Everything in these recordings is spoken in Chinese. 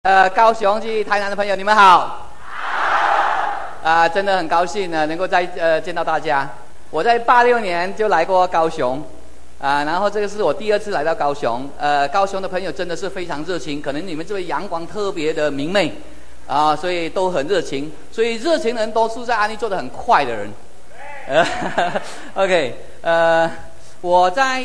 高雄及台南的朋友，你们好。真的很高兴呢，能够见到大家。我在86年就来过高雄，然后这个是我第2次来到高雄。高雄的朋友真的是非常热情，可能你们这边阳光特别的明媚，所以都很热情。所以热情人都是在安利做得很快的人。OK， 我在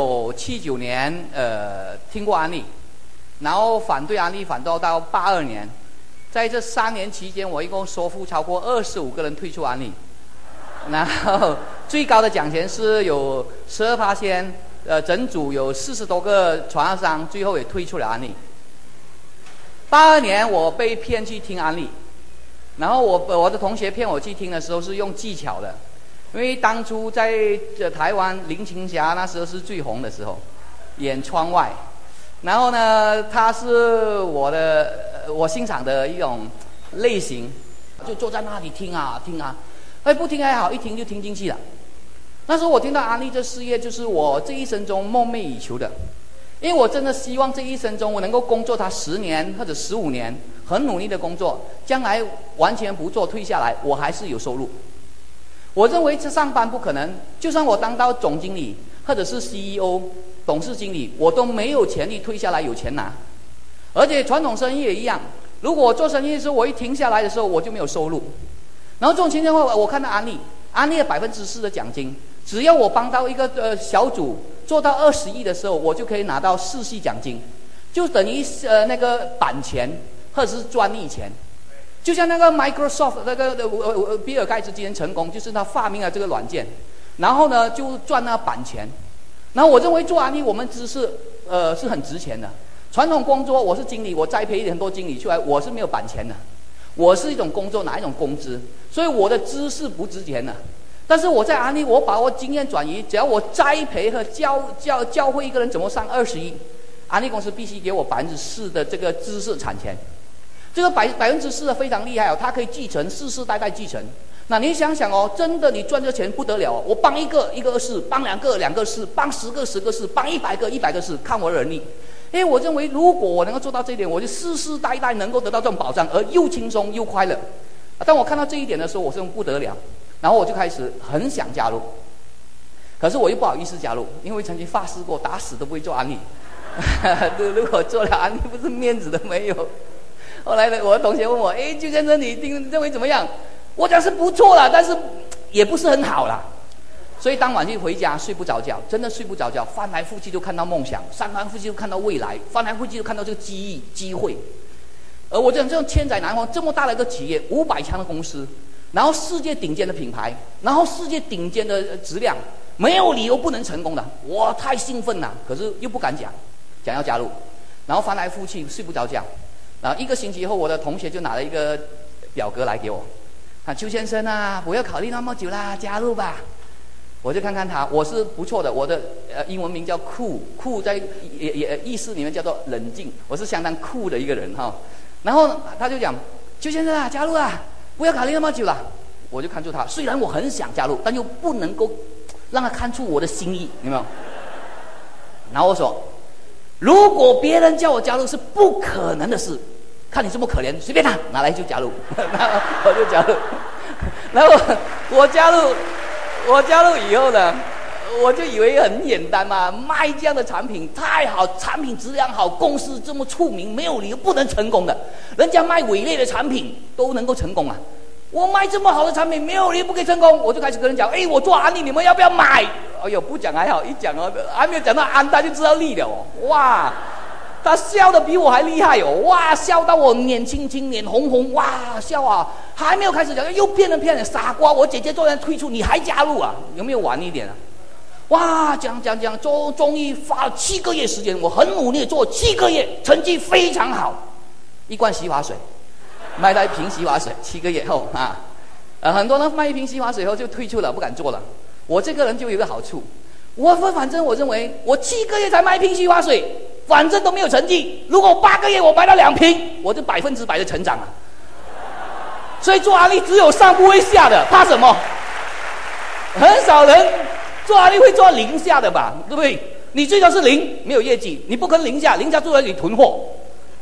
1979年听过安利。然后反对安利反到82年，在这3年期间，我一共说服超过25个人退出安利，然后最高的奖钱是有12%，整组有40多个传销商，最后也退出了安利。82年我被骗去听安利，然后我的同学骗我去听的时候是用技巧的，因为当初在台湾林青霞那时候是最红的时候，演窗外。然后呢，他是我欣赏的一种类型，就坐在那里听啊听啊，不听还好，一听就听进去了。那时候我听到安利这事业，就是我这一生中梦寐以求的，因为我真的希望这一生中我能够工作他10年或者15年，很努力的工作，将来完全不做退下来，我还是有收入。我认为这上班不可能，就算我当到总经理或者是 CEO。董事经理，我都没有潜力退下来有钱拿，而且传统生意也一样。如果我做生意的时候，我一停下来的时候，我就没有收入。然后这种情况下，我看到安利的4%的奖金，只要我帮到一个小组做到20亿的时候，我就可以拿到4系奖金，就等于那个版权或者是专利钱。就像那个 Microsoft 那个比尔盖茨今天成功，就是他发明了这个软件，然后呢就赚那版权。然后我认为做安利，我们知识是很值钱的。传统工作我是经理，我栽培很多经理出来，我是没有版权的。我是一种工作，拿一种工资，所以我的知识不值钱的。但是我在安利，我把我经验转移，只要我栽培和教会一个人怎么上20亿，安利公司必须给我4%的这个知识产权。这个4%非常厉害哦，它可以继承世世代代继承。那你想想哦，真的你赚这钱不得了哦！我帮一个是，帮2个是，帮10个是，帮100个是，看我的能力。因为我认为，如果我能够做到这一点，我就世世代代能够得到这种保障，而又轻松又快乐。当我看到这一点的时候，我是不得了，然后我就开始很想加入，可是我又不好意思加入，因为曾经发誓过，打死都不会做安利。如果做了安利，不是面子都没有。后来呢，我的同学问我：“邱先生，你认为怎么样？”我讲是不错啦，但是也不是很好啦。所以当晚就回家睡不着觉，真的睡不着觉，翻来覆去就看到梦想，翻来覆去就看到未来，翻来覆去就看到这个机会。而我讲这种千载难逢，这么大的一个企业，500强的公司，然后世界顶尖的品牌，然后世界顶尖的质量，没有理由不能成功的。我太兴奋了，可是又不敢讲要加入，然后翻来覆去睡不着觉。然后1个星期后，我的同学就拿了一个表格来给我。邱先生啊，不要考虑那么久啦，加入吧。我就看看他，我是不错的，我的英文名叫酷在意思里面叫做冷静，我是相当酷的一个人哈。然后他就讲，邱先生啊，加入啊，不要考虑那么久了。我就看住他，虽然我很想加入，但又不能够让他看出我的心意，有没有？然后我说，如果别人叫我加入是不可能的事。看你这么可怜，随便拿来就加入，然后我就加入。然后我加入以后呢，我就以为很简单嘛，卖这样的产品太好，产品质量好，公司这么出名，没有理由不能成功的。人家卖伪劣的产品都能够成功啊，我卖这么好的产品，没有理由不可以成功。我就开始跟人讲，我做安利，你们要不要买？哎呦，不讲还好，一讲哦，还没有讲到安，他就知道利了哦，哇！他笑得比我还厉害哦！哇，笑到我脸青青，脸红红，哇，笑啊！还没有开始讲，又骗人，傻瓜！我姐姐做人退出，你还加入啊？有没有晚一点啊？哇，讲，终于花了7个月时间，我很努力做7个月，成绩非常好。1罐洗发水，卖了1瓶洗发水，7个月后啊，很多人卖1瓶洗发水后就退出了，不敢做了。我这个人就有一个好处，反正我认为我7个月才卖1瓶洗发水。反正都没有成绩，如果8个月我买到2瓶，我就100%的成长了。所以做安利只有上不会下的，怕什么？很少人做安利会做0下的吧，对不对？你最多是0，没有业绩，你不可能0下，0下就在你囤货。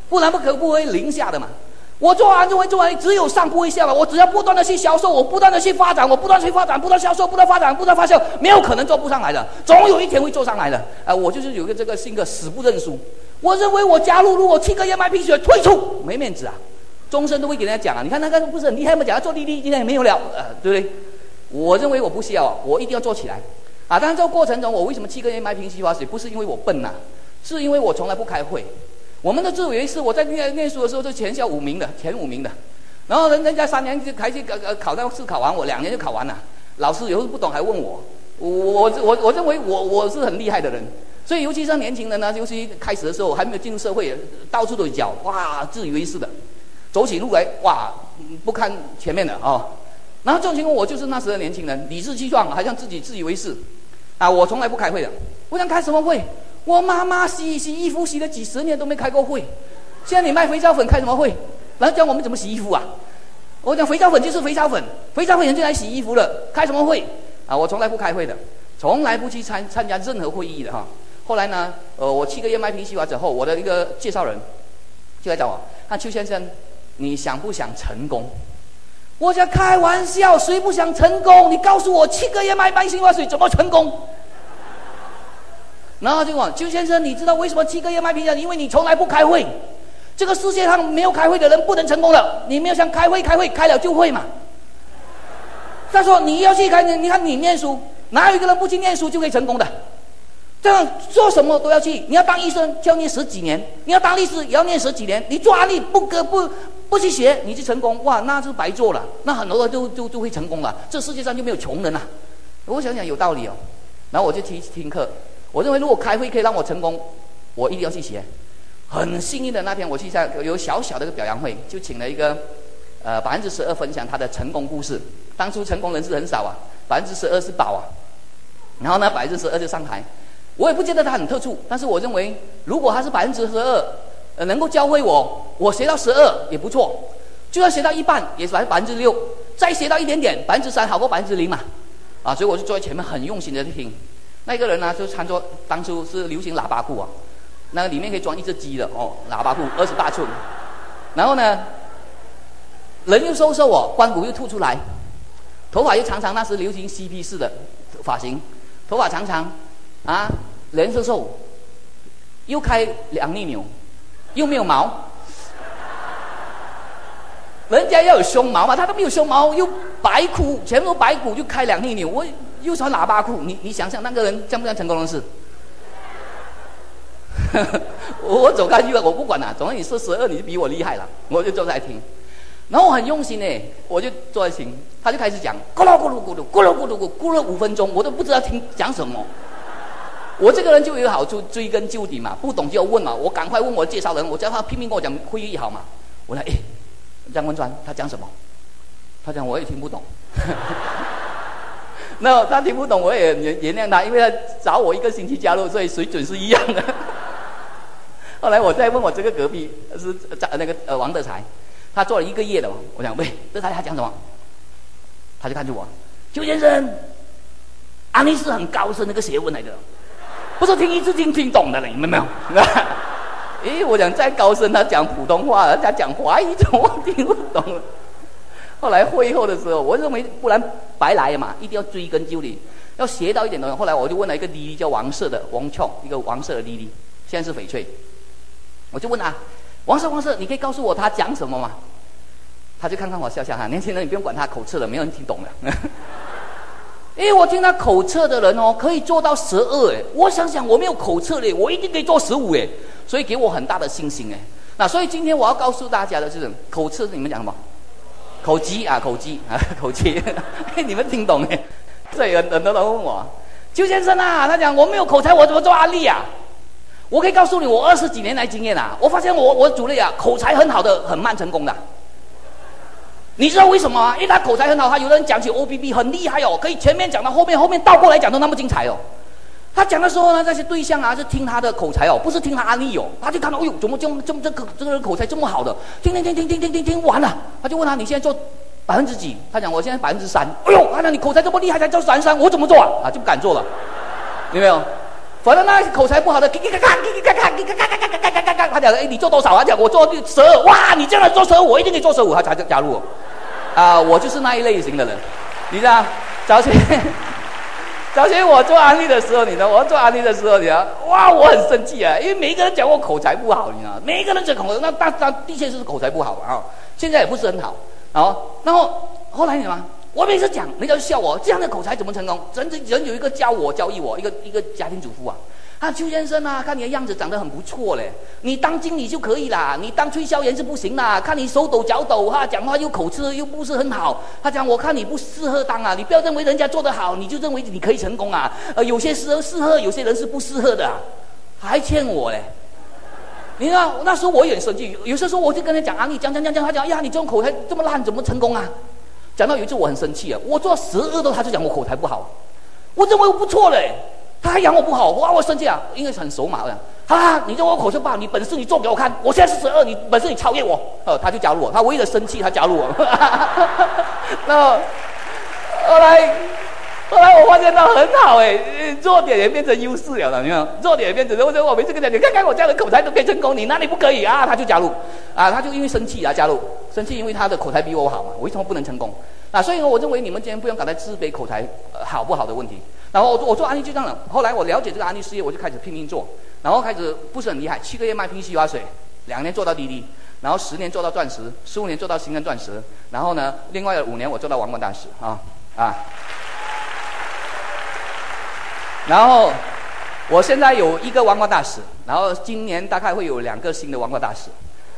不然不会零下的嘛。我做完只有上不会下嘛，我只要不断的去销售，我不断的去发展，不断销售，不断发展，不断发酵，没有可能做不上来的，总有一天会做上来的。我就是有一个这个性格，死不认输。我认为我加入，如果7个月卖瓶水退出，没面子啊，终身都会给人家讲啊。你看那个不是很厉害吗？讲要做滴滴，今天也没有了，对不对？我认为我不需要，我一定要做起来啊！但是这个过程中，我为什么7个月卖瓶西瓜水？不是因为我笨呐，是因为我从来不开会。我们的自以为是，我在念书的时候是全校前5名的，然后人家3年就开始考到试考完，我2年就考完了。老师有时候不懂还问我，我认为我是很厉害的人，所以尤其是年轻人呢，尤其开始的时候还没有进入社会，到处都脚，哇，自以为是的，走起路来哇不看前面的哦。然后这种情况，我就是那时的年轻人，理直气壮，好像自己自以为是啊！我从来不开会的，我想开什么会？我妈妈洗衣服洗了几10年都没开过会，现在你卖肥皂粉开什么会？然后教我们怎么洗衣服啊？我讲肥皂粉就是肥皂粉，肥皂粉就来洗衣服了，开什么会啊？我从来不开会的，从来不去参加任何会议的哈。后来呢，我7个月卖瓶西瓜之后，我的一个介绍人就来找我，他邱先生，你想不想成功？我想开玩笑，谁不想成功？你告诉我7个月卖西瓜水怎么成功？然后就问邱先生，你知道为什么7个月卖瓶水？因为你从来不开会。这个世界上没有开会的人不能成功了。你没有想开会，开了就会嘛。他说你要去开，你看你念书，哪有一个人不去念书就可以成功的？这样做什么都要去。你要当医生就要念10几年，你要当律师也要念10几年。你做案例不去学，你去成功，哇，那是白做了。那很多人就会成功了。这世界上就没有穷人了。我想想有道理哦。然后我就去听课。我认为如果开会可以让我成功，我一定要去学。很幸运的那天我去有小小的一个表扬会，就请了一个12%分享他的成功故事。当初成功人士很少啊，12%是宝啊。然后呢12%就上台。我也不觉得他很特殊，但是我认为如果他是12%能够教会我学到12也不错，就要学到一半也是6%，再学到一点点3%好过0%嘛。啊，所以我就坐在前面很用心的听。那个人呢，就穿着当初是流行喇叭裤啊，那个里面可以装一只鸡的哦，喇叭裤28寸。然后呢，人又瘦哦，关骨又凸出来，头发又长长，那时流行 CP 式的发型，头发长长啊，人瘦，又开2粒牛，又没有毛。人家要有胸毛嘛，他都没有胸毛，又白骨，全部白骨，就开2粒牛，我又穿喇叭裤，你想想那个人像不像成功人士？我走开去了，我不管了，总之你是12，你就比我厉害了，我就坐在听。然后我很用心我就坐在听，他就开始讲，咕噜咕噜咕噜咕噜咕噜咕噜5分钟，我都不知道讲什么。我这个人就有好处，追根究底嘛，不懂就要问嘛，我赶快问我介绍人，我叫他拼命跟我讲会议好嘛。我说张文川他讲什么？他讲我也听不懂。那他听不懂我也原谅他，因为他找我1个星期加入，所以水准是一样的。后来我再问我这个隔壁是那个王德才，他做了1个月的嘛，我讲喂，德才他讲什么？他就看着我，邱先生，安利是很高深那个学问来的，不是听1次听懂的了，你们没有？我讲再高深，他讲普通话，他讲华语，我听不懂了。后来会后的时候，我认为不然白来嘛，一定要追根究底，要学到一点东西。后来我就问了一个弟弟叫王社的王琼，一个王社的弟弟，现在是翡翠。我就问他，王社，你可以告诉我他讲什么吗？他就看看我笑笑哈，年轻人你不用管他口吃了，没有人听懂的。我听他口测的人可以做到12我想想我没有口测嘞，我一定可以做15所以给我很大的信心那所以今天我要告诉大家的就是口测，你们讲什么？口技啊，口技，你们听懂所以很多人问我，邱先生啊，他讲我没有口才，我怎么做案例啊？我可以告诉你，我20几年来经验我发现我主力口才很好的，很慢成功的。你知道为什么吗？因为他口才很好，他有的人讲起 OBB 很厉害可以前面讲到后面倒过来讲都那么精彩他讲的时候呢，这些对象是听他的口才不是听他案例他就看到怎么这个人口才这么好的，听完了，他就问他你现在做几%？他讲我现在3%。他讲你口才这么厉害才做3%，我怎么做就不敢做了，有没有？ 反正那口才不好的，他讲你做多少？他讲我做12，哇，你这样做12，我一定可以做15，他才加入我。我就是那一类型的人，你知道？早前我做安利的时候，你知道，我做安利的时候，你知道，哇，我很生气啊，因为每一个人讲我口才不好，你知道，每一个人讲口才，那的确是口才不好啊，现在也不是很好，然后后来你知道吗？我每次讲，人家就笑我，这样的口才怎么成功？人有一个教育我，一个家庭主妇啊，邱先生啊，看你的样子长得很不错嘞，你当经理就可以啦，你当推销员是不行啦，看你手抖脚抖哈，讲话又口吃又不是很好。他讲我看你不适合当啊，你不要认为人家做得好，你就认为你可以成功啊。有些适合，有些人是不适合的还欠我嘞。你知道那时候我也很生气，有些时候我就跟他讲啊，你讲，他讲呀，你这种口才这么烂，怎么成功啊？讲到有一次我很生气啊，我做12都他就讲我口才不好，我认为我不错嘞。他还养我不好，哇！我生气啊，因为很熟嘛，你叫我口才不好，你本事你做给我看，我现在是12，你本事你超越我，他就加入我，他为了生气他加入我，那后来我发现到很好弱点也变成优势了，你看，弱点也变成，我每次跟他讲，你看看我这样的口才都可以成功，你哪里不可以啊？他就加入，他就因为生气加入，生气因为他的口才比我好嘛，我为什么不能成功？所以我认为你们今天不用感到自卑口才好不好的问题。然后我做安利就这样了。后来我了解这个安利事业，我就开始拼命做，然后开始不是很厉害，7个月卖瓶洗发水，2年做到滴滴，然后10年做到钻石，15年做到星光钻石，然后呢，另外5年我做到王冠大使然后我现在有1个王冠大使，然后今年大概会有2个新的王冠大使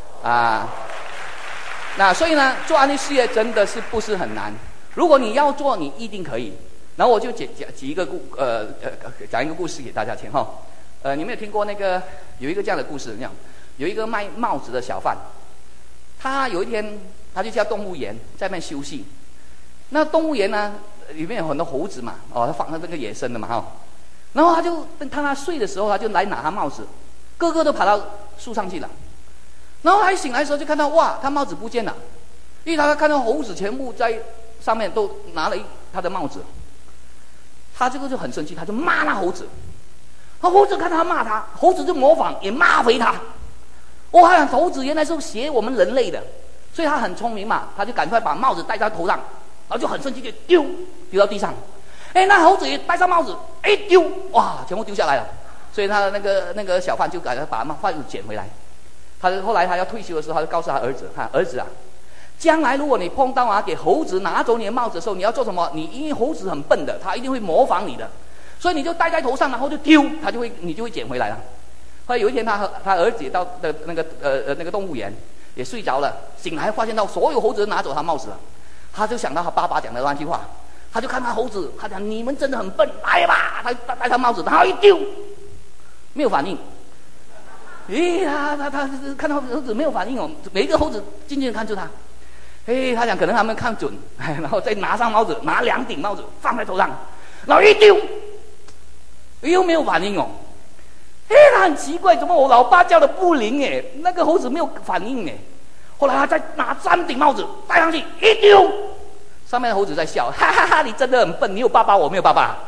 那所以呢，做安利事业真的是不是很难，如果你要做，你一定可以。然后我就讲一个故事给大家听哈。你们有听过那个有一个这样的故事？有一个卖帽子的小贩，他有一天他就叫动物园在那边休息。那动物园呢，里面有很多猴子嘛，他放那个野生的嘛然后他就当他睡的时候，他就来拿他帽子，个个都爬到树上去了。然后他一醒来的时候就看到哇，他帽子不见了，因为他看到猴子全部在上面都拿了他的帽子。他这个就很生气，他就骂那猴子。猴子看他骂他，猴子就模仿也骂回他。哇，猴子原来是学我们人类的，所以他很聪明嘛，他就赶快把帽子戴在头上，然后就很生气就丢到地上。那猴子也戴上帽子，丢，哇，全部丢下来了。所以他的那个小贩就赶快把帽子捡回来。后来他要退休的时候，他就告诉他儿子，儿子啊，将来如果你碰到给猴子拿走你的帽子的时候，你要做什么？因为猴子很笨的，他一定会模仿你的，所以你就戴在头上，然后就丢，你就会捡回来了。后来有一天，他儿子也到那个动物园，也睡着了，醒来发现到所有猴子都拿走他帽子了，他就想到他爸爸讲的那句话，他就看他猴子，他讲你们真的很笨，来吧，他戴他帽子，然后一丢，没有反应。他看到猴子没有反应每一个猴子静静看住他。他讲可能他们看准，然后再拿上帽子，拿2顶帽子放在头上，然后一丢，又没有反应他很奇怪，怎么我老爸叫的不灵那个猴子没有反应后来他再拿3顶帽子戴上去，一丢，上面的猴子在笑，哈哈哈，你真的很笨，你有爸爸，我没有爸爸。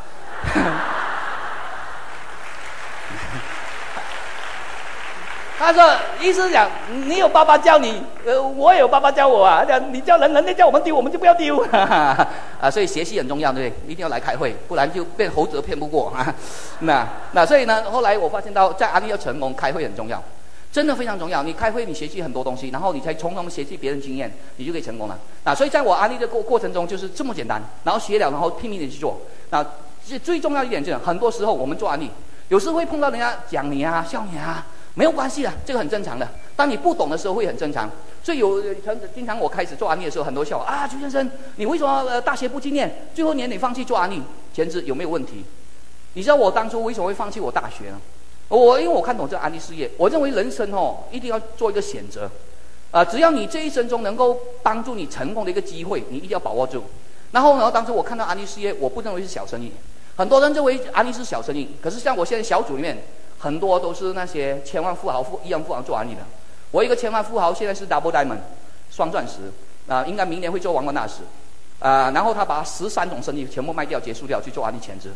他说意思是讲你有爸爸教你，我也有爸爸教我他讲你教人类叫我们丢，我们就不要丢。所以学习很重要，对不对？一定要来开会，不然就变猴子都骗不过那所以呢，后来我发现到在安利要成功，开会很重要，真的非常重要。你开会，你学习很多东西，然后你才从中学习别人经验，你就可以成功了。所以在我安利的过程中就是这么简单，然后学了，然后拼命的去做。最重要一点就是，很多时候我们做安利，有时会碰到人家讲你笑你没有关系的，这个很正常的。当你不懂的时候会很正常。所以经常我开始做安利的时候，很多笑邱先生，你为什么大学不经验，最后年你放弃做安利，简直有没有问题？你知道我当初为什么会放弃我大学呢？因为我看懂这个安利事业，我认为人生一定要做一个选择，只要你这一生中能够帮助你成功的一个机会，你一定要把握住。然后呢，当时我看到安利事业，我不认为是小生意，很多人认为安利是小生意，可是像我现在小组里面，很多都是那些千万富豪、亿万富豪做安利的。我一个千万富豪现在是 Double Diamond 双钻石应该明年会做王冠大使然后他把13种生意全部卖掉结束掉去做安利全职。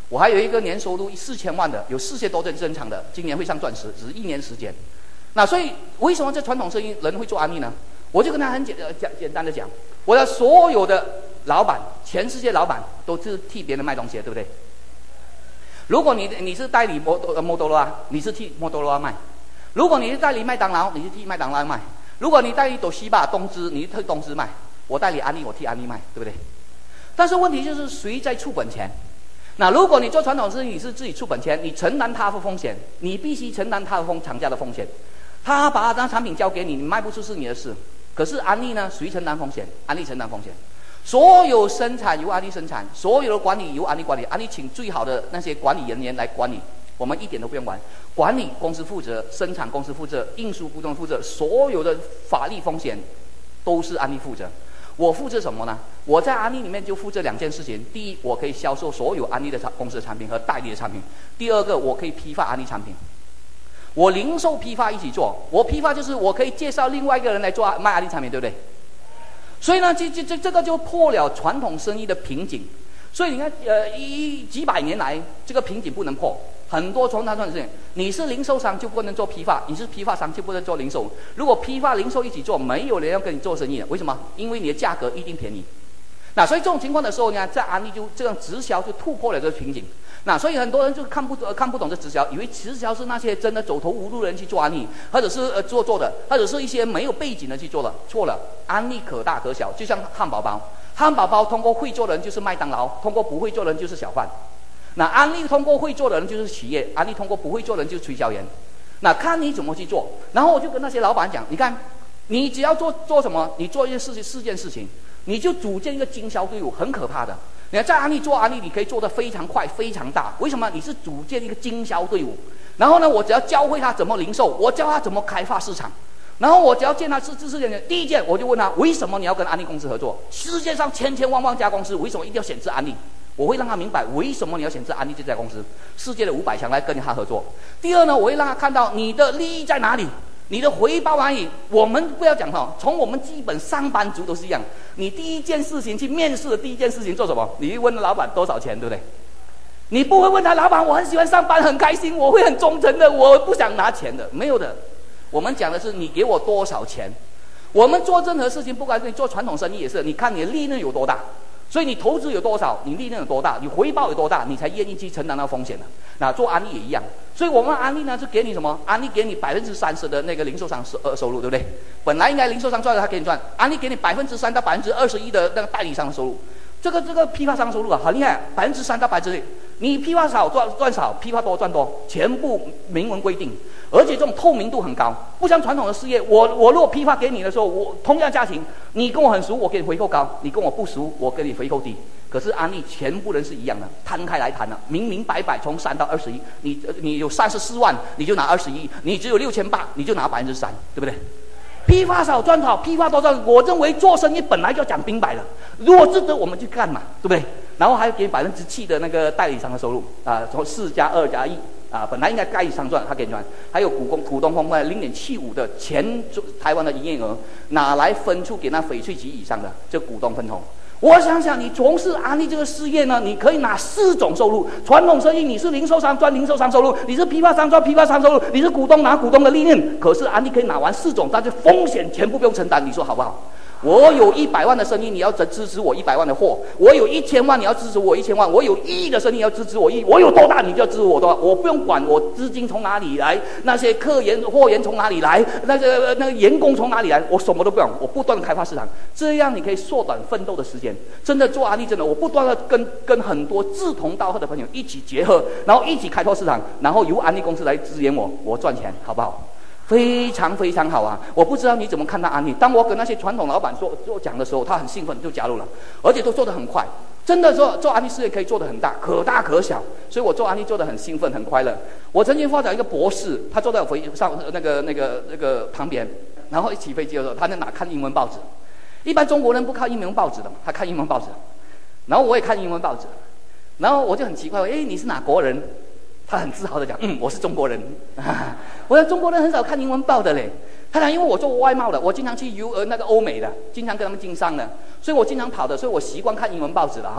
我还有一个年收入4000万的，有4000多间生产的，今年会上钻石，只是1年时间。那所以为什么这传统生意人会做安利呢？我就跟他很简单的讲，我的所有的老板，全世界老板都是替别人卖东西的，对不对？如果你是代理摩托罗拉，你是替摩托罗拉卖；如果你是代理麦当劳，你是替麦当劳卖；如果你代理斗西吧、东芝，你是替东芝卖；我代理安利，我替安利卖，对不对？但是问题就是谁在出本钱？那如果你做传统生意，你是自己出本钱，你承担他的风险，你必须承担他的厂家的风险。他把他产品交给你，你卖不出是你的事。可是安利呢？谁承担风险？安利承担风险。所有生产由安利生产，所有的管理由安利管理。安利请最好的那些管理人员来管理，我们一点都不用管。管理公司负责，生产公司负责，运输股东负责，所有的法律风险都是安利负责。我负责什么呢？我在安利里面就负责2件事情：第一，我可以销售所有安利的公司的产品和代理的产品；第二个，我可以批发安利产品。我零售批发一起做，我批发就是我可以介绍另外一个人来做卖安利产品，对不对？所以呢，这个就破了传统生意的瓶颈。所以你看，几百年来这个瓶颈不能破。很多传统生意，你是零售商就不能做批发，你是批发商就不能做零售。如果批发零售一起做，没有人要跟你做生意的，为什么？因为你的价格一定便宜。那所以这种情况的时候呢，在安利就这样直销就突破了这个瓶颈。那所以很多人就看不懂这直销，以为直销是那些真的走投无路的人去做安利，或者是做的，或者是一些没有背景的去做的。错了，安利可大可小，就像汉堡包，汉堡包通过会做的人就是麦当劳，通过不会做的人就是小贩。那安利通过会做的人就是企业，安利通过不会做的人就是推销员。那看你怎么去做。然后我就跟那些老板讲，你看，你只要做什么，你做一件事情4件事情，你就组建一个经销队伍，很可怕的。你看在安利做安利，你可以做得非常快、非常大。为什么？你是组建一个经销队伍。然后呢，我只要教会他怎么零售，我教他怎么开发市场。然后我只要见他知识点，第一件我就问他，为什么你要跟安利公司合作？世界上千千万万家公司，为什么一定要选择安利？我会让他明白为什么你要选择安利这家公司，世界的500强来跟他合作。第二呢，我会让他看到你的利益在哪里，你的回报哪里。我们不要讲从我们基本上班族都是一样，你第一件事情去面试的第一件事情做什么？你问老板多少钱，对不对？你不会问他，老板我很喜欢上班，很开心，我会很忠诚的，我不想拿钱的，没有的。我们讲的是你给我多少钱。我们做任何事情，不管你做传统生意也是，你看你的利润有多大。所以你投资有多少，你利润有多大，你回报有多大，你才愿意去承担那风险的。那做安利也一样。所以我们安利呢是给你什么？安利给你30%的那个零售商收入，对不对？本来应该零售商赚的，他给你赚，安利给你3%到21%的那个代理商的收入。这个批发商收入啊，很厉害，3%到21%。你批发少赚少，批发多赚多，全部明文规定，而且这种透明度很高，不像传统的事业。我如果批发给你的时候，我同样价钱，你跟我很熟，我给你回扣高；你跟我不熟，我给你回扣低。可是安利全部人是一样的，摊开来谈了，明明白白从3到21，你有34万，你就拿21；你只有6800，你就拿3%，对不对？批发少赚少，批发多赚。我认为做生意本来就要讲明白了，如果值得我们去干嘛，对不对？然后还给7%的那个代理商的收入啊，从4加2加1啊，本来应该代理商赚，他给你赚。还有股东分0.75的全台湾的营业额，拿来分出给那翡翠级以上的这股东分红。我想想，你从事安利这个事业呢，你可以拿4种收入。传统生意你是零售商赚零售商收入，你是批发商赚批发商收入，你是股东拿股东的利润。可是安利可以拿完4种，但是风险全部不用承担，你说好不好？我有100万的生意，你要支持我100万的货；我有1000万，你要支持我1000万；我有1亿的生意，你要支持我1亿；我有多大，你就要支持我多大。我不用管我资金从哪里来，那些货源从哪里来，那个员工从哪里来，我什么都不用，我不断的开发市场，这样你可以缩短奋斗的时间。真的做安利，真的我不断的跟很多志同道合的朋友一起结合，然后一起开拓市场，然后由安利公司来支援我赚钱，好不好？非常非常好啊！我不知道你怎么看待安利。当我跟那些传统老板讲的时候，他很兴奋就加入了，而且都做得很快。真的做安利事业可以做得很大，可大可小，所以我做安利做得很兴奋很快乐。我曾经发展一个博士，他坐在我上那个旁边，然后一起飞机的时候，他在哪看英文报纸。一般中国人不看英文报纸的嘛，他看英文报纸，然后我也看英文报纸，然后我就很奇怪，你是哪国人？他很自豪的讲，我是中国人。我说中国人很少看英文报的嘞。他讲，因为我做外贸的，我经常去那个欧美的，经常跟他们经商的，所以我经常跑的，所以我习惯看英文报纸的哈。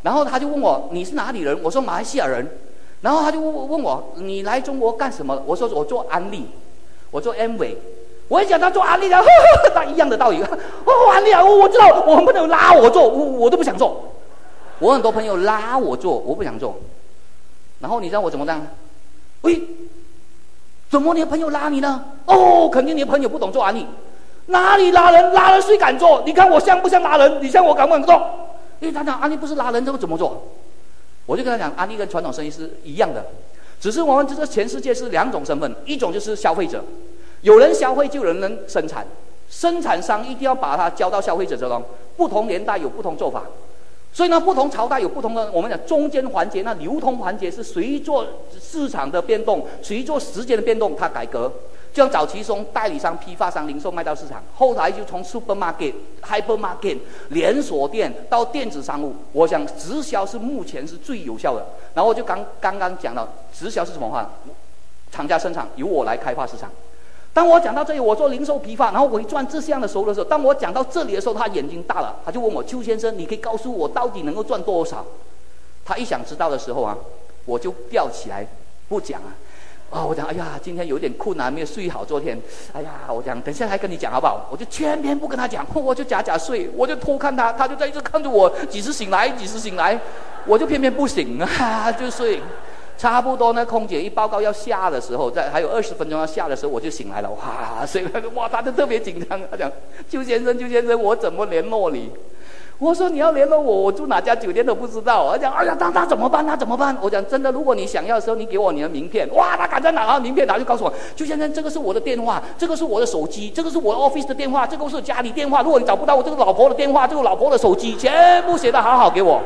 然后他就问我你是哪里人？我说马来西亚人。然后他就问我你来中国干什么？我说我做安利，我做 Amway。我一讲他做安利的，他一样的道理。安利啊，我知道，我很多朋友拉我做，我都不想做。我很多朋友拉我做，我不想做。然后你知道我怎么样？喂，怎么你的朋友拉你呢？哦，肯定你的朋友不懂做安利。哪里拉人？拉人谁敢做？你看我像不像拉人？你像我敢不敢做？因为他讲安利不是拉人，这个怎么做？我就跟他讲，安利跟传统生意是一样的，只是我们这个全世界是两种身份，一种就是消费者，有人消费就有人生产，生产商一定要把它交到消费者这中，不同年代有不同做法，所以呢，不同朝代有不同的，我们讲中间环节，那流通环节是随着市场的变动，随着时间的变动，它改革。就像早期从代理商、批发商、零售卖到市场，后来就从 supermarket、hypermarket 连锁店到电子商务。我想直销是目前是最有效的。然后我就刚刚讲到直销是什么话，厂家生产由我来开发市场。当我讲到这里，我做零售批发，然后我一赚这样的收入的时候，当我讲到这里的时候，他眼睛大了，他就问我邱先生，你可以告诉我到底能够赚多少？他一想知道的时候啊，我就吊起来不讲啊。我讲，哎呀，今天有点困难，没有睡好。昨天，哎呀，我讲，等一下来跟你讲好不好？我就偏偏不跟他讲，我就假睡，我就偷看他，他就在一直看着我，几时醒来，我就偏偏不醒啊，就睡。差不多呢，空姐一报告要下的时候，还有20分钟要下的时候，我就醒来了，哇，睡了，哇，他就特别紧张，他讲，邱先生，我怎么联络你？我说你要联络我，我住哪家酒店都不知道。我讲，哎呀，他怎么办？我讲真的，如果你想要的时候，你给我你的名片。哇，他赶在拿名片，他就告诉我，就先生，这个是我的电话，这个是我的手机，这个是我的 office 的电话，这个是家里电话。如果你找不到我，这个老婆的电话，这个老婆的手机，全部写得好好给我。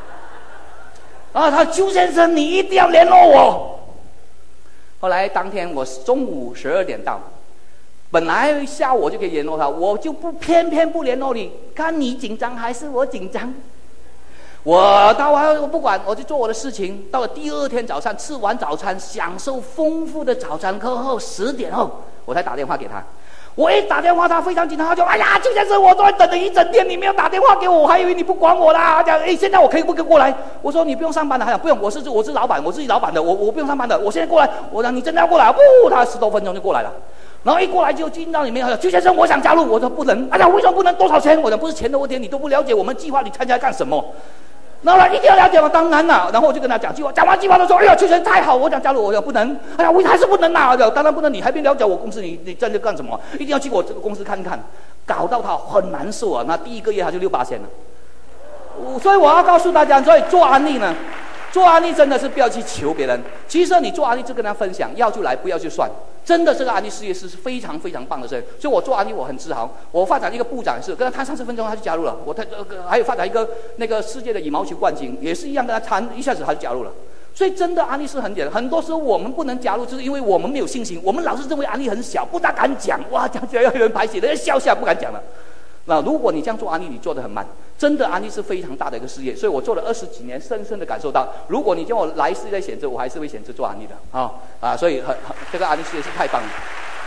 他邱先生，你一定要联络我。后来当天我中午12点到。本来下午我就可以联络他，我就偏偏不联络你，看你紧张还是我紧张。我到完我不管，我就做我的事情。到了第二天早上，吃完早餐，享受丰富的早餐课后10点后，我才打电话给他。我一打电话，他非常紧张，他就哎呀，邱先生，我都在等了一整天，你没有打电话给我，我还以为你不管我啦。他讲，现在我可以不可以过来？我说你不用上班了。他讲不用，我是老板，我自己老板的，我不用上班的，我现在过来。我讲你真的要过来？不，他10多分钟就过来了。然后一过来就进到里面，他说邱先生，我想加入。我说不能。哎呀，为什么不能？多少钱？我讲不是钱的问题，你都不了解我们计划，你参加干什么？然后他一定要了解吗？当然啦。然后我就跟他讲计划，讲完计划的时候，哎呀，邱先生太好，我想加入。我讲不能。哎呀，我还是不能啊。当然不能，你还没了解我公司，你在这干什么？一定要去我这个公司看看，搞到他很难受啊。那第一个月他就6%了。所以我要告诉大家，所以做安利呢。做安利真的是不要去求别人，其实你做安利就跟他分享，要就来，不要就算。真的，这个安利事业是非常非常棒的事。所以我做安利我很自豪。我发展一个部长是跟他谈30分钟，他就加入了。还有发展一个那个世界的羽毛球冠军，也是一样跟他谈，一下子他就加入了。所以真的安利是很简单。很多时候我们不能加入，就是因为我们没有信心，我们老是认为安利很小，不大敢讲。哇，讲起来要有人排挤，人家笑不敢讲了。那如果你这样做安利，你做得很慢。真的安利是非常大的一个事业，所以我做了20几年，深深的感受到，如果你叫我来世再选择，我还是会选择做安利的所以这个安利事业是太棒了。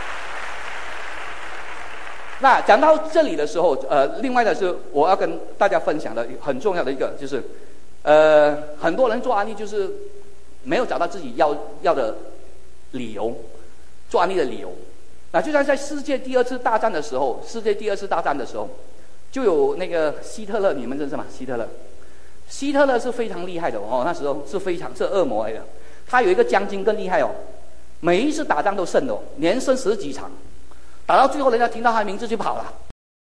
那讲到这里的时候，另外的是我要跟大家分享的很重要的一个就是，很多人做安利就是没有找到自己要的理由，做安利的理由。那就像在世界第2次大战的时候，就有那个希特勒，你们认识吗？希特勒是非常厉害的那时候是恶魔来的。他有一个将军更厉害每一次打仗都胜连胜10几场，打到最后人家听到他的名字就跑了，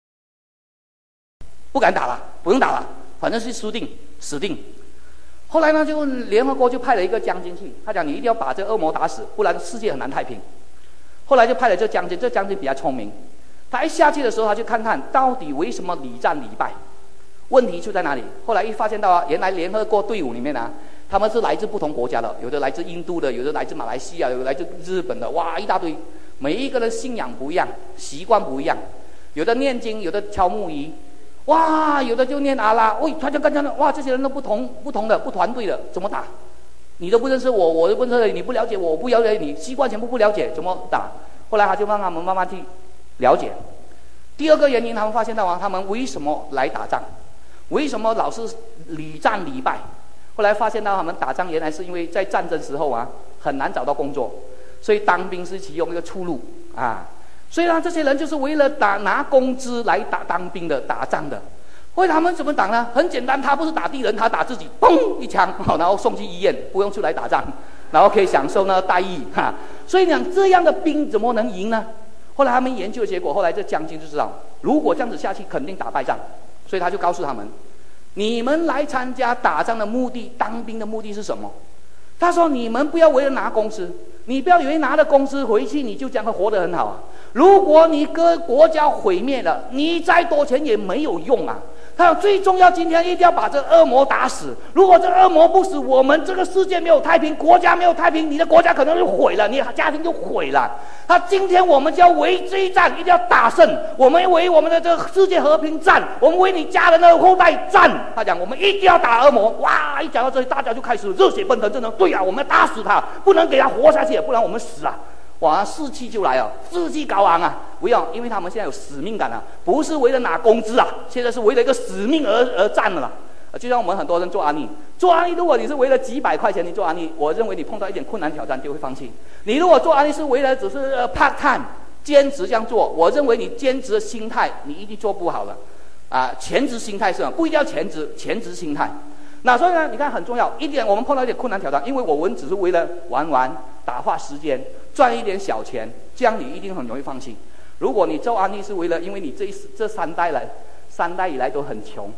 不敢打了，不用打了，反正是死定。后来呢，就联合国就派了一个将军去，他讲你一定要把这个恶魔打死，不然世界很难太平。后来就派了这将军比较聪明，他一下去的时候，他就看看到底为什么屡战屡败，问题出在哪里。后来一发现到原来联合国队伍里面他们是来自不同国家的，有的来自印度的，有的来自马来西亚，有的来自日本的，哇，一大堆。每一个人信仰不一样，习惯不一样，有的念经，有的敲木鱼，哇，有的就念阿拉。他就跟他哇，这些人都不同的，不团队的，怎么打？你都不认识我，我都不认识你，不了解我不了解你，习惯全部不了解，怎么打？后来他就让他们慢慢去了解。第二个原因，他们发现到他们为什么来打仗？ 为什么老是屡战屡败？后来发现到他们打仗原来是因为在战争时候啊很难找到工作，所以当兵是其中一个出路啊。虽然这些人就是为了拿工资来当兵的、打仗的，后来他们怎么打呢？很简单，他不是打敌人，他打自己，嘣一枪，然后送去医院，不用出来打仗，然后可以享受那待遇哈。所以讲这样的兵怎么能赢呢？后来他们研究的结果，后来这将军就知道，如果这样子下去，肯定打败仗，所以他就告诉他们。你们来参加打仗的目的，当兵的目的是什么？他说：你们不要为了拿工资，你不要以为拿了工资回去你就将会活得很好啊！如果你国家毁灭了，你再多钱也没有用啊！他说最重要，今天一定要把这恶魔打死。如果这恶魔不死，我们这个世界没有太平，国家没有太平，你的国家可能就毁了，你的家庭就毁了。他今天我们就要为这一战，一定要打胜。我们为我们的这个世界和平战，我们为你家人的后代战。他讲我们一定要打恶魔。哇！一讲到这里，大家就开始热血奔腾，真的对啊，我们要打死他，不能给他活下去，不然我们死啊！哇，士气就来了，士气高昂啊！不要，因为他们现在有使命感啊，不是为了拿工资啊，现在是为了一个使命而战了啦。就像我们很多人做安利，如果你是为了几百块钱你做安利，我认为你碰到一点困难挑战就会放弃。你如果做安利是为了只是part time 兼职这样做，我认为你兼职的心态你一定做不好了啊！全职心态是吧？不一定要全职心态。那所以呢，你看很重要一点，我们碰到一点困难挑战，因为我们只是为了玩打发时间，赚一点小钱，这样你一定很容易放弃。如果你做安利是为了，因为你这三代以来都很穷，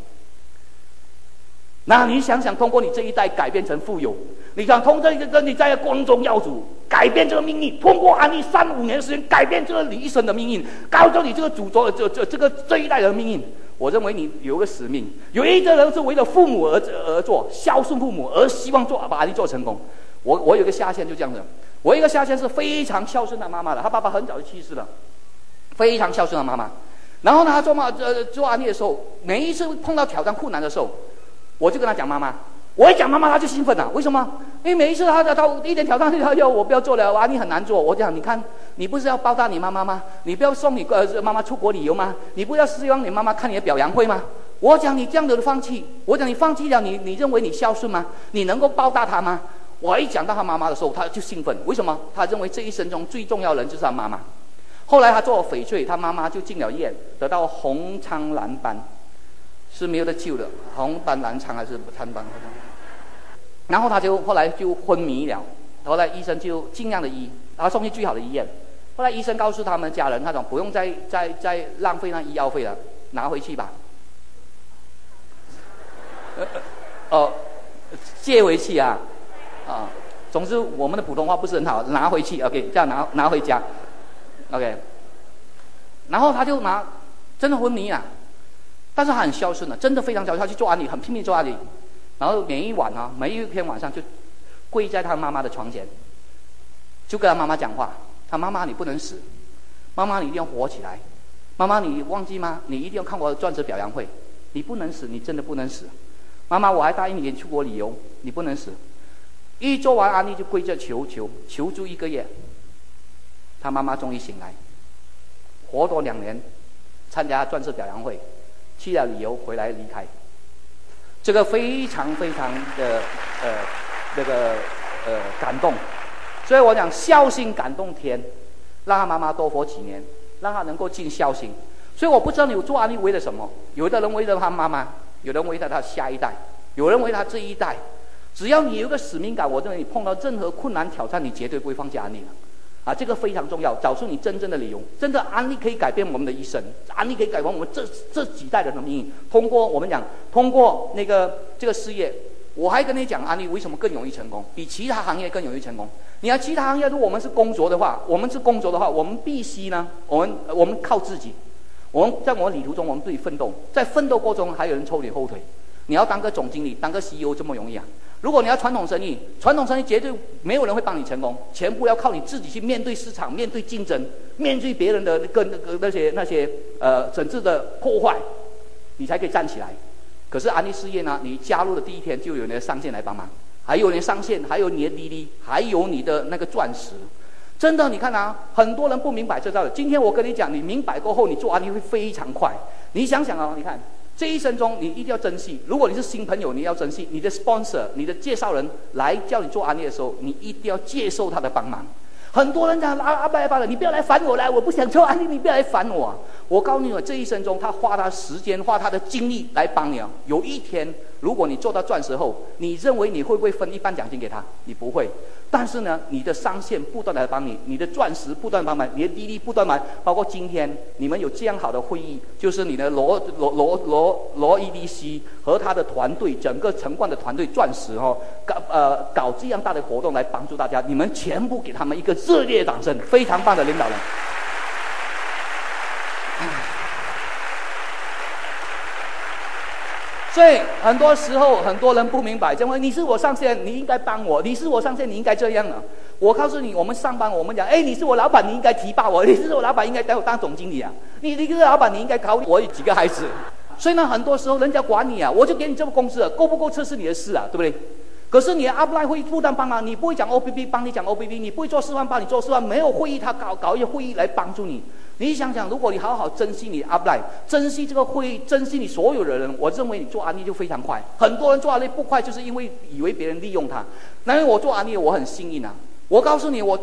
那你想想通过你这一代改变成富有，你想通过这个你在光宗耀祖改变这个命运，通过安利3-5年的时间改变这个你一生的命运，告诉你这个这一代人的命运。我认为你有个使命，有一个人是为了父母而做，孝顺父母而希望把安利做成功。我有个下线就这样子，我一个下线是非常孝顺他妈妈的，他爸爸很早就去世了，非常孝顺他妈妈。然后呢，他做安利的时候，每一次碰到挑战困难的时候，我就跟他讲妈妈。我一讲妈妈，他就兴奋了。为什么？因为每一次他一点挑战，他要我不要做了，安利很难做。我讲，你看，你不是要报答你妈妈吗？你不要送你妈妈出国旅游吗？你不要希望你妈妈看你的表扬会吗？我讲你这样的放弃，我讲你放弃了，你认为你孝顺吗？你能够报答他吗？我一讲到他妈妈的时候，他就兴奋。为什么？他认为这一生中最重要的人就是他妈妈。后来他做了翡翠，他妈妈就进了医院，得到红苍蓝斑，是没有得救的，红斑蓝苍还是苍斑？然后他后来就昏迷了，后来医生就尽量的医，然后送去最好的医院。后来医生告诉他们家人，他说不用再浪费那医药费了，拿回去吧。借回去啊，总之我们的普通话不是很好，拿回去 ，OK， 这样拿回家 ，OK。然后他就真的昏迷了，但是他很孝顺的，真的非常孝顺，他去做安利，很拼命做安利。然后每一天晚上就跪在他妈妈的床前，就跟他妈妈讲话。他妈妈，你不能死，妈妈你一定要活起来，妈妈你忘记吗？你一定要看我的钻石表扬会，你不能死，你真的不能死。妈妈，我还答应你出国旅游，你不能死。一做完安利就跪着求助1个月，他妈妈终于醒来，活多2年，参加钻石表扬会，去了旅游回来离开。这个非常非常的感动，所以我讲孝心感动天，让他妈妈多活几年，让他能够尽孝心。所以我不知道你做安利为了什么，有的人为了他妈妈，有人为了他下一代，有人为了他这一代。只要你有个使命感，我认为你碰到任何困难挑战，你绝对不会放弃安利了。这个非常重要，找出你真正的理由。真的安利可以改变我们的一生，安利可以改变我们这几代人的命运。通过这个事业，我还跟你讲安利为什么更容易成功，比其他行业更容易成功。你看其他行业，如果我们是工作的话，我们必须呢，我们靠自己，我们在我们旅途中，我们自己奋斗，在奋斗过程中还有人抽你后腿。你要当个总经理，当个 CEO 这么容易啊？如果你要传统生意绝对没有人会帮你成功，全部要靠你自己去面对市场，面对竞争，面对别人的那些整治的破坏，你才可以站起来。可是安利事业呢，你加入的第一天就有你的上线来帮忙，还有你的上线，还有你的滴滴，还有你的那个钻石。真的，你看很多人不明白这道理。今天我跟你讲，你明白过后，你做安利会非常快。你想想你看这一生中你一定要珍惜。如果你是新朋友，你要珍惜你的 sponsor， 你的介绍人来叫你做安利的时候，你一定要接受他的帮忙。很多人讲阿拜了，你不要来烦我了，我不想做安利，你不要来烦我。我告诉你，这一生中他花他时间，花他的精力来帮你啊。有一天，如果你做到钻石后，你认为你会不会分一半奖金给他？你不会。但是呢，你的上线不断的来帮你，你的钻石不断帮忙，你的滴滴不断忙，包括今天你们有这样好的会议，就是你的罗 EDC 和他的团队，整个城冠的团队钻石搞这样大的活动来帮助大家，你们全部给他们一个热烈的掌声，非常棒的领导人。所以很多时候很多人不明白，认为你是我上线，你应该帮我；你是我上线，你应该这样啊。我告诉你，我们上班我们讲，你是我老板，你应该提拔我；你是我老板，应该带我当总经理啊。你是老板，你应该考虑我有几个孩子。所以呢，很多时候人家管你啊，我就给你这个公司了，够不够吃是你的事啊，对不对？可是你的 upline 会不断帮忙，你不会讲 OBB 帮你讲 OBB， 你不会做示范帮你做示范，没有会议他搞一些会议来帮助你。你想想，如果你好好珍惜你 upline， 珍惜这个会议，珍惜你所有的人，我认为你做安利就非常快。很多人做安利不快，就是因为以为别人利用他。因为我做安利，我很幸运啊。我告诉你，我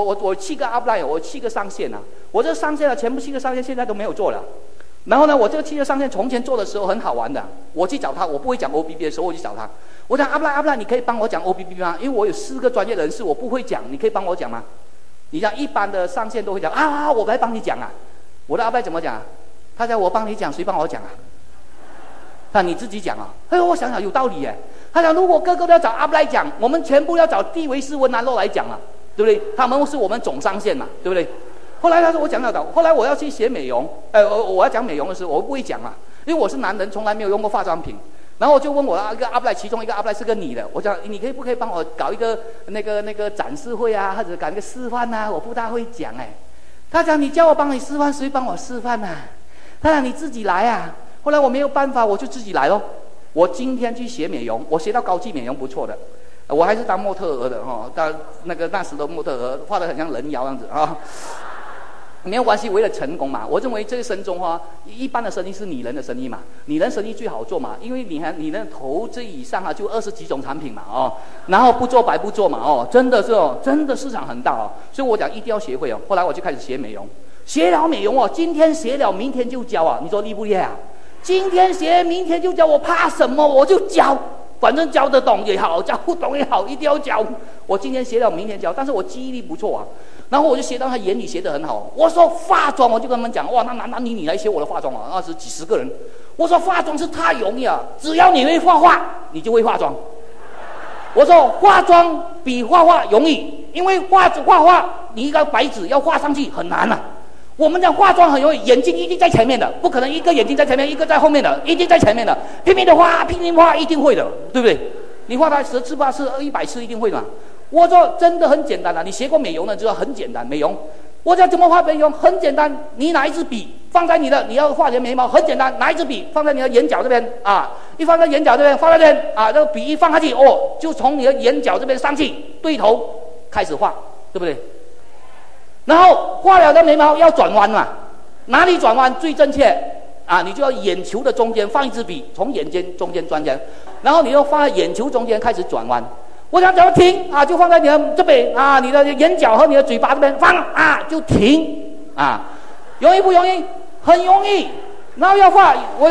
7个 upline， 我7个上线啊，我这上线了，全部7个上线现在都没有做了。然后呢，我这个7个上线从前做的时候很好玩的，我去找他，我不会讲 OBB 的时候，我去找他，我讲 upline， 你可以帮我讲 OBB 吗？因为我有4个专业人士，我不会讲，你可以帮我讲吗？你像一般的上线都会讲我来帮你讲啊。我的upline怎么讲啊？他讲我帮你讲，谁帮我讲啊？那你自己讲啊。我想想有道理耶。他讲如果个个都要找upline讲，我们全部要找蒂维斯、文南洛来讲啊，对不对？他们是我们总上线嘛，对不对？后来他说我讲了，后来我要去学美容，我要讲美容的时候我不会讲啊，因为我是男人，从来没有用过化妆品。然后我就问我一个upline，其中一个upline是个女的，我讲你不可以帮我搞一个那个展示会啊，或者搞一个示范啊？我不大会讲他讲你叫我帮你示范，谁帮我示范啊？他讲你自己来啊。后来我没有办法，我就自己来咯。我今天去学美容，我学到高级美容不错的，我还是当模特儿的那时的模特儿画得很像人妖样子啊。没有关系，为了成功嘛。我认为这个生中一般的生意是拟人的生意嘛，拟人生意最好做嘛，因为你的投资以上就20几种产品嘛然后不做白不做嘛真的是真的市场很大所以我讲一定要学会后来我就开始学美容，学了美容今天学了明天就教你说厉不厉害啊？今天学明天就教，我怕什么？我就教，反正教得懂也好，教不懂也好，一定要教。我今天学了明天教，但是我记忆力不错然后我就学到他眼里学得很好。我说化妆，我就跟他们讲，那男女来学我的化妆那是几十个人。我说化妆是太容易了，只要你会画画，你就会化妆。我说化妆比画画容易，因为画你一个白纸要画上去很难我们讲化妆很容易，眼睛一定在前面的，不可能一个眼睛在前面，一个在后面的，一定在前面的，拼命的画，一定会的，对不对？你画它10次8次100次一定会的。我说真的很简单你学过美容的知道很简单。美容，我讲怎么画美容很简单，你拿一支笔放在你要画你的眉毛很简单，拿一支笔放在你的眼角这边一放在眼角这边，放在这边这个笔一放下去就从你的眼角这边上去对头开始画，对不对？然后画了的眉毛要转弯嘛，哪里转弯最正确你就要眼球的中间放一支笔，从眼睛中间转起来，然后你又放在眼球中间开始转弯。我想怎么停就放在你的这边你的眼角和你的嘴巴这边放就停容易不容易？很容易。然后要画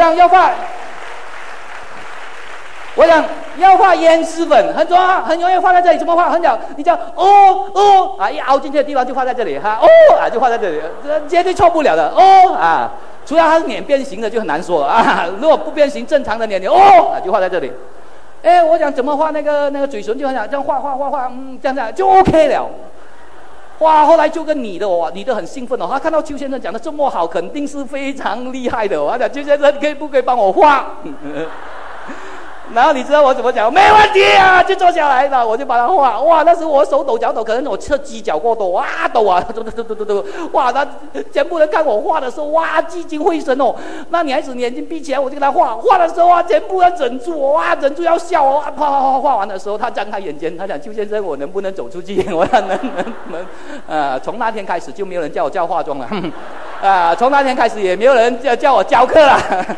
胭脂粉，很容易画在这里。怎么画？很小，你叫一凹进去的地方就画在这里就画在这里，绝对错不了的除了它是脸变形的就很难说如果不变形正常的脸就画在这里。我讲怎么画那个嘴唇就很想这样画这样就 OK 了。后来就跟你的很兴奋他看到邱先生讲的这么好，肯定是非常厉害的他讲邱先生不可以帮我画然后你知道我怎么讲？没问题就坐下来了，我就把它画。那时我手抖脚抖，可能我吃鸡脚过多抖抖那全部人看我画的时候聚精会神那女孩子眼睛闭起来，我就跟她画的时候全部要忍住忍住要笑画完的时候，她张开眼睛，她讲邱先生，我能不能走出去？我讲能从那天开始就没有人叫我教化妆了从那天开始也没有人叫我教课了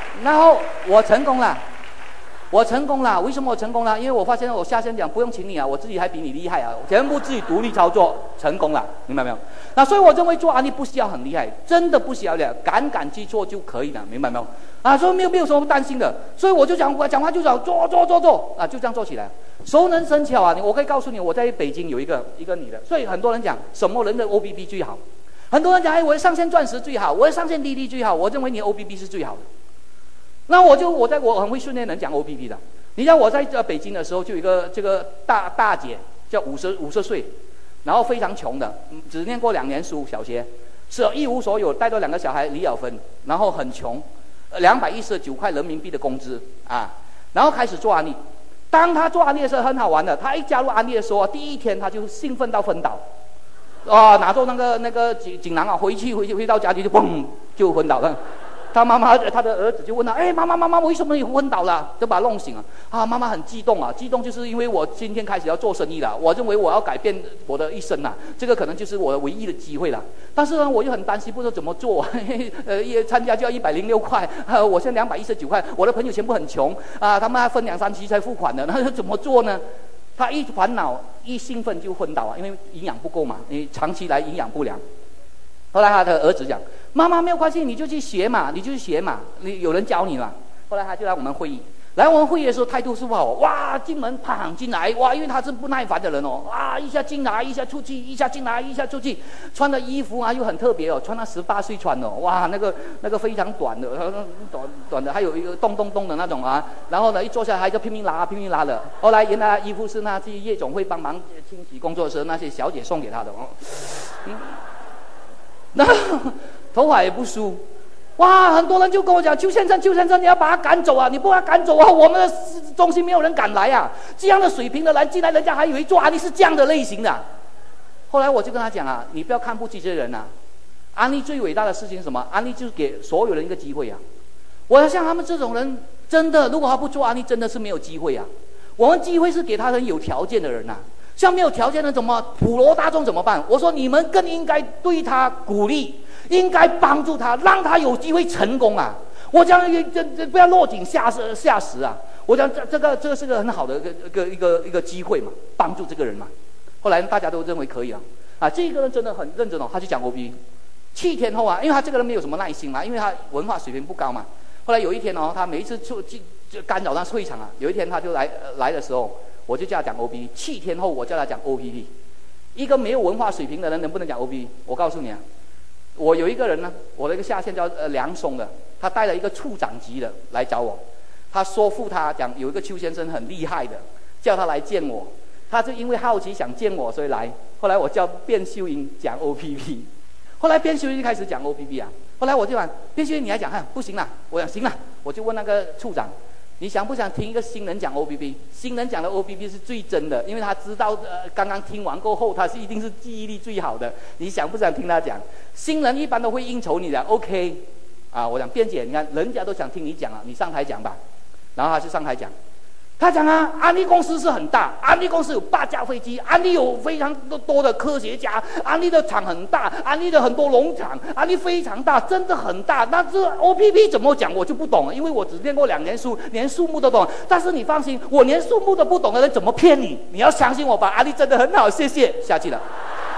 然后我成功了。我成功了，为什么我成功了？因为我发现我下线讲不用请你啊，我自己还比你厉害啊，全部自己独立操作，成功了，明白没有？那所以我认为做安利不需要很厉害，真的不需要的，敢去做就可以了，明白没有？啊，所以没有什么担心的，所以我就讲话就讲做啊，就这样做起来。熟能生巧啊，我可以告诉你，我在北京有一个女的，所以很多人讲什么人的 OBB 最好，很多人讲我的上线钻石最好，我的上线滴滴最好，我认为你的 OBB 是最好的。那我很会训练人讲 OBB 的。你像我在北京的时候，就有一个这个大姐叫50岁，然后非常穷的，只念过2年书小学，是一无所有，带着2个小孩离了婚，然后很穷，219块人民币的工资啊，然后开始做安利。当他做安利的时候很好玩的，他一加入安利的时候，第一天他就兴奋到昏倒，拿着那个锦囊啊，回到家里就嘣就昏倒了。他的儿子就问他：“哎，妈妈，为什么你昏倒了？”就把他弄醒了。啊，妈妈很激动啊，激动就是因为我今天开始要做生意了，我认为我要改变我的一生啊，这个可能就是我的唯一的机会了。但是呢，我就很担心，不知道怎么做。参加就要106块，我现在219块，我的朋友全部很穷啊，他们还分2、3期才付款的，那怎么做呢？他一烦恼一兴奋就昏倒啊，因为营养不够嘛，你长期来营养不良。后来他的儿子讲：“妈妈没有关系，你就去学嘛，你有人教你嘛。”后来他就来我们会议，的时候态度是不好，哇，进门砰进来，哇，因为他是不耐烦的人哦，哇，一下进来一下出去，一下进来一下出去，穿的衣服啊又很特别哦，穿他18岁穿的哦，哇，那个非常短的，短的，还有一个咚的那种啊，然后呢一坐下来还就拼命拉的。后来原来衣服是那去夜总会帮忙清洗工作的时候那些小姐送给他的哦。那头发也不梳，哇！很多人就跟我讲：“邱先生，你要把他赶走啊！你不把他赶走啊，我们的中心没有人敢来啊！这样的水平的人进来，人家还以为做安利是这样的类型的。”后来我就跟他讲啊：“你不要看不起这些人啊！安利最伟大的事情是什么？安利就是给所有人一个机会啊！我要像他们这种人，真的，如果他不做安利，真的是没有机会啊！我们机会是给他人有条件的人啊。”像没有条件的怎么普罗大众怎么办？我说你们更应该对他鼓励，应该帮助他，让他有机会成功啊！我讲这不要落井下石啊！我讲这个是个很好的一个机会嘛，帮助这个人嘛。后来大家都认为可以了啊！这个人真的很认真哦，他去讲 OB。7天后啊，因为他这个人没有什么耐心嘛，因为他文化水平不高嘛。后来有一天哦，他每一次就干扰他会场啊，有一天他就来的时候。我就叫他讲 OBB，7天后我叫他讲 OPP。一个没有文化水平的人能不能讲 OBB？ 我告诉你啊，我有一个人呢，我的一个下线叫梁松的，他带了一个处长级的来找我，他说服他讲有一个邱先生很厉害的，叫他来见我，他就因为好奇想见我，所以来。后来我叫卞秀英讲 OPP， 后来卞秀英开始讲 OPP 啊，后来我就讲卞秀英你来讲，不行啦，我讲行啦，我就问那个处长。你想不想听一个新人讲 OBB？ 新人讲的 OBB 是最真的，因为他知道刚刚听完过后，他是一定是记忆力最好的。你想不想听他讲？新人一般都会应酬你的 ，OK？ 啊，我讲卞姐，你看人家都想听你讲啊，你上台讲吧。然后他就上台讲，他讲啊，安利公司是很大，安利公司有8架飞机，安利有非常多的科学家，安利的厂很大，安利的很多农场，安利非常大，真的很大。那这 OPP 怎么讲我就不懂了，因为我只念过2年书，连数目都懂。但是你放心，我连数目都不懂的人怎么骗你？你要相信我吧，安利真的很好，谢谢。下去了。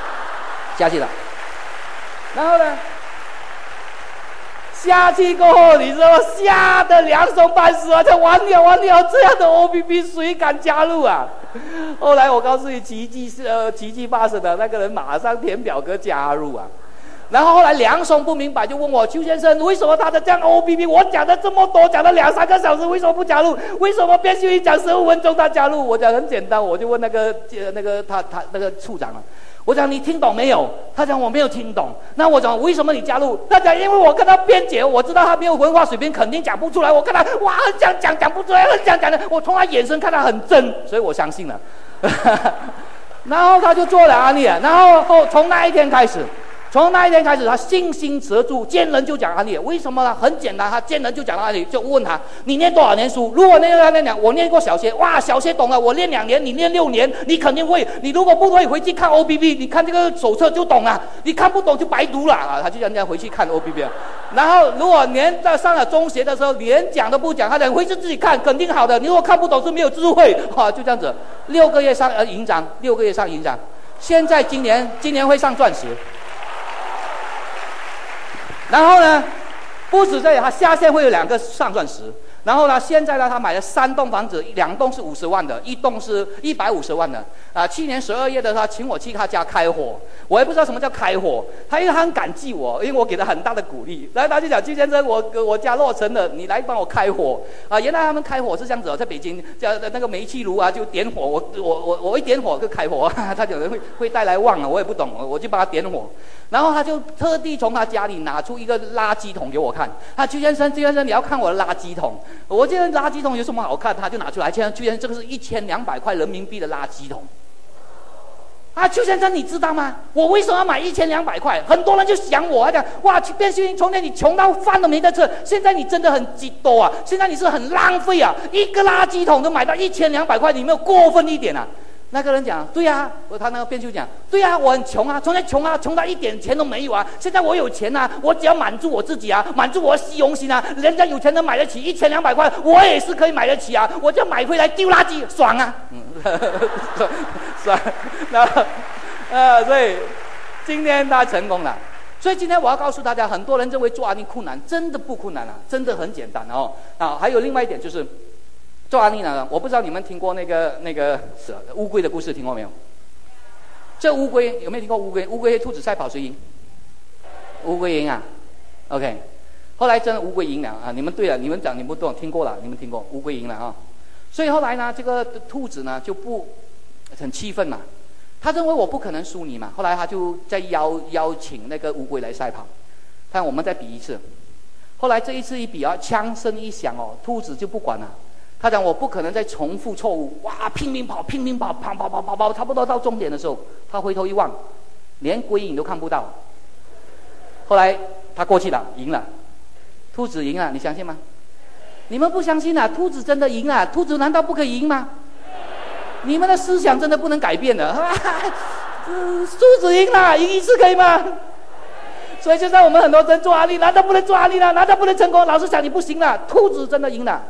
然后呢？下去过后，你知道吓得两手半死啊！这完了，这样的 OPP 谁敢加入啊？后来我告诉你，奇迹发生的那个人马上填表格加入啊。然后后来梁松不明白，就问我邱先生，为什么他的这样 OPP 我讲的这么多，讲了2、3个小时，为什么不加入？为什么卞秀英讲15分钟他加入？我讲很简单，我就问那个他那个处长啊。我讲你听懂没有？他讲我没有听懂。那我讲为什么你加入？他讲因为我跟他辩解，我知道他没有文化水平，肯定讲不出来。我看他哇，讲不出来，讲的，我从他眼神看他很真，所以我相信了。然后他就做了安利了。然后从那一天开始， 从那一天开始，他信心十足，见人就讲案例。为什么呢？很简单，他见人就讲案例，就问他：你念多少年书？如果念我念过小学，哇，小学懂了，我念2年，你念6年，你肯定会。你如果不会，回去看 OBB， 你看这个手册就懂了。你看不懂就白读了啊！他就让人家回去看 OBB。然后如果上了中学的时候，连讲都不讲，他讲回去自己看，肯定好的。你如果看不懂是没有智慧，就这样子。6个月上营长，6个月上营长。现在今年会上钻石。然后呢，不止这里，他下线会有2个上钻石。然后呢，现在呢，他买了3栋房子，2栋是50万的，1栋是150万的。去年12月的时候，他请我去他家开火，我也不知道什么叫开火。因为他很感激我，因为我给他很大的鼓励。然后他就讲：季先生，我家落成了，你来帮我开火啊！原来他们开火是这样子，在北京那个煤气炉啊，就点火。我一点火就开火，他可能会带来旺啊，我也不懂，我就帮他点火。然后他就特地从他家里拿出一个垃圾桶给我看。季先生，你要看我的垃圾桶。我这垃圾桶有什么好看？他就拿出来，居然这个是1200块人民币的垃圾桶。邱先生，你知道吗？我为什么要买1200块？很多人就想我，他讲：哇，变性从前你穷到饭都没得吃，现在你真的很激动啊！现在你是很浪费啊！一个垃圾桶都买到1200块，你没有过分一点啊？那个人讲：对呀，他那个辩护讲：对呀，我很穷啊，从前穷啊，穷到一点钱都没有啊。现在我有钱啊，我只要满足我自己啊，满足我的虚荣心啊。人家有钱人买得起1200块，我也是可以买得起啊。我就买回来丢垃圾，爽啊！爽。所以今天他成功了。所以今天我要告诉大家，很多人认为做安利困难，真的不困难啊，真的很简单哦。还有另外一点就是。做安利呢，我不知道你们听过那个乌龟的故事，听过没有？这乌龟有没有听过乌龟？乌龟兔子赛跑谁赢？乌龟赢啊 ，OK。后来真的乌龟赢了啊！你们对了，你们讲你们都听过了，你们听过乌龟赢了啊。所以后来呢，这个兔子呢就不很气愤嘛，他认为我不可能输你嘛。后来他就再邀请那个乌龟来赛跑，看我们再比一次。后来这一次一比啊，枪声一响哦，兔子就不管了。他讲我不可能再重复错误，哇，拼命跑，跑，差不多到终点的时候，他回头一望，连龟影都看不到。后来他过去了，赢了，兔子赢了，你相信吗？你们不相信啊？兔子真的赢了，兔子难道不可以赢吗？你们的思想真的不能改变的。兔子赢了，赢一次可以吗？所以现在我们很多人做安利，难道不能做安利了？难道不能成功？老师讲你不行了，兔子真的赢了。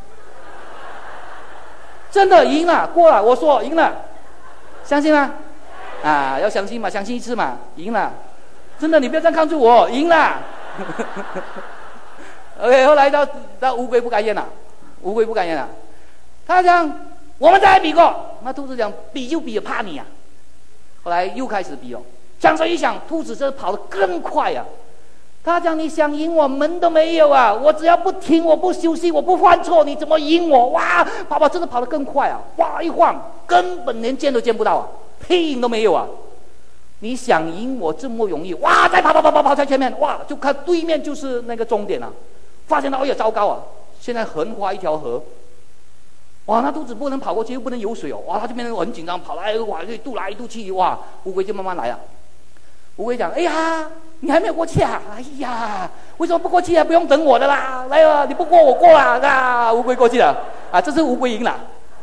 真的赢了，过了，我说赢了，相信吗？要相信嘛，相信一次嘛，赢了，真的，你不要这样看住我，赢了。OK， 后来到乌龟不甘愿了，乌龟不甘愿了，他讲我们再来比过，那兔子讲比就比，怕你啊。后来又开始比了，枪声一响，兔子这跑得更快啊。他讲你想赢我门都没有啊！我只要不停，我不休息，我不犯错，你怎么赢我？哇，跑真的跑得更快啊！哇，一晃根本连见都见不到啊，屁影都没有啊！你想赢我这么容易？哇，再跑在前面，哇，就看对面就是那个终点了。发现到哎呀，糟糕啊！现在横跨一条河，哇，那兔子不能跑过去，又不能有水哦，哇，他就变成很紧张，跑来哇，就渡来渡去，哇，乌龟就慢慢来了。乌龟讲：哎呀，你还没有过去啊！哎呀，为什么不过去啊？不用等我的啦，来啊，你不过我过啦！乌龟过去了啊，这是乌龟赢了，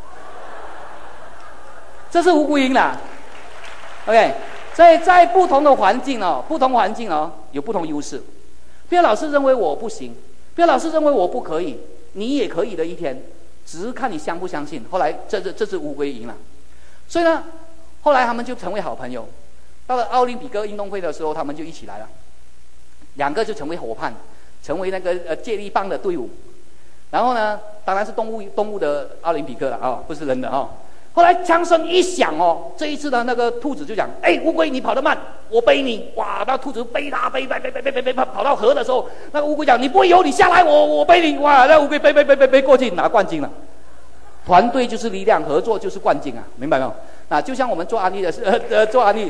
这是乌龟赢了。OK， 所以在不同环境哦，有不同优势。不要老是认为我不行，不要老是认为我不可以，你也可以的一天，只是看你相不相信。后来这只乌龟赢了，所以呢，后来他们就成为好朋友。到了奥林匹克运动会的时候，他们就一起来了，2个就成为伙伴，成为那个接力棒的队伍。然后呢，当然是动物的奥林匹克了啊，不是人的啊。后来枪声一响哦，这一次的那个兔子就讲：哎，乌龟你跑得慢，我背你。哇，那兔子背它背跑到河的时候，那个乌龟讲：你不会游，你下来，我背你。哇，那乌龟背过去拿冠军了。团队就是力量，合作就是冠军啊，明白没有？啊，就像我们做安利的做安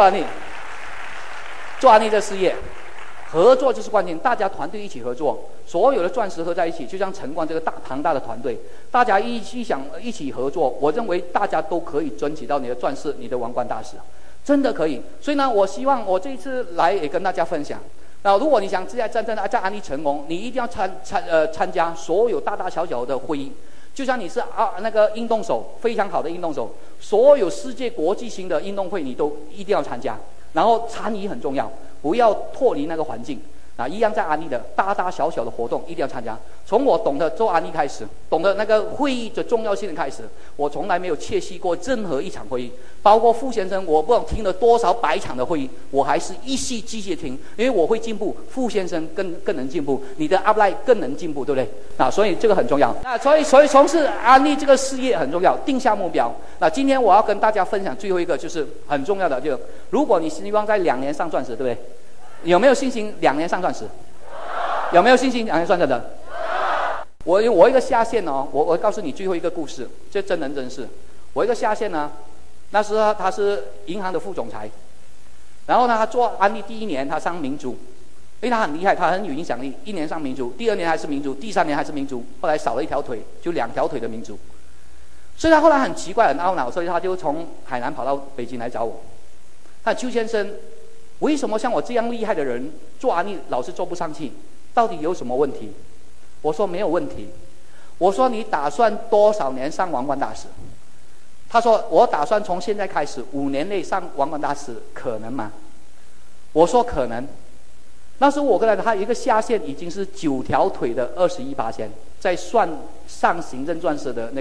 利的事业，合作就是关键。大家团队一起合作，所有的钻石合在一起，就像晨光这个庞大的团队，大家一起合作，我认为大家都可以争取到你的钻石，你的王冠大使。 真的可以。所以呢，我希望我这一次来也跟大家分享。那如果你想真正的在安利成功，你一定要参加所有大大小小的会议。就像你是那个运动手，非常好的运动手，所有世界国际型的运动会你都一定要参加，然后参与很重要，不要脱离那个环境。一样在安利的大大小小的活动一定要参加。从我懂得做安利开始，懂得那个会议的重要性开始，我从来没有缺席过任何一场会议，包括傅先生，我不知道听了多少100场的会议，我还是一续继续听，因为我会进步，傅先生更能进步，你的 upline 更能进步，对不对？所以这个很重要。所以从事安利这个事业很重要，定下目标。今天我要跟大家分享最后一个，就是很重要的，就如果你希望在2年上钻石，对不对？有没有信心2年上钻石？有没有信心2年上钻石的？我一个下线哦，我告诉你最后一个故事，这真人真事。我一个下线呢，那时候他是银行的副总裁，然后呢，他做安利第1年他上明珠，因为他很厉害，他很有影响力，1年上明珠，第2年还是明珠，第3年还是明珠，后来少了1条腿，就2条腿的明珠。所以他后来很奇怪很懊恼，所以他就从海南跑到北京来找我。他说：“邱先生，为什么像我这样厉害的人做安利老是做不上去？到底有什么问题？”我说：“没有问题。”我说：“你打算多少年上王冠大使？”他说：“我打算从现在开始5年内上王冠大使，可能吗？”我说：“可能。”那时候我跟他有一个下线已经是9条腿的21%，在算上行政钻石的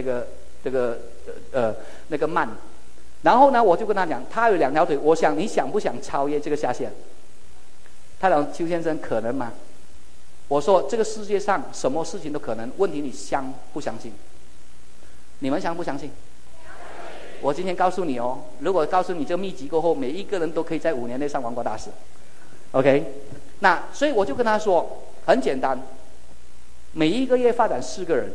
那个慢。然后呢，我就跟他讲，他有2条腿，我想你想不想超越这个下线？他讲：“邱先生，可能吗？”我说：“这个世界上什么事情都可能，问题你相不相信？你们相不相信？”我今天告诉你哦，如果告诉你这个秘籍过后，每一个人都可以在5年内上王国大使。OK， 所以我就跟他说，很简单，每一个月发展4个人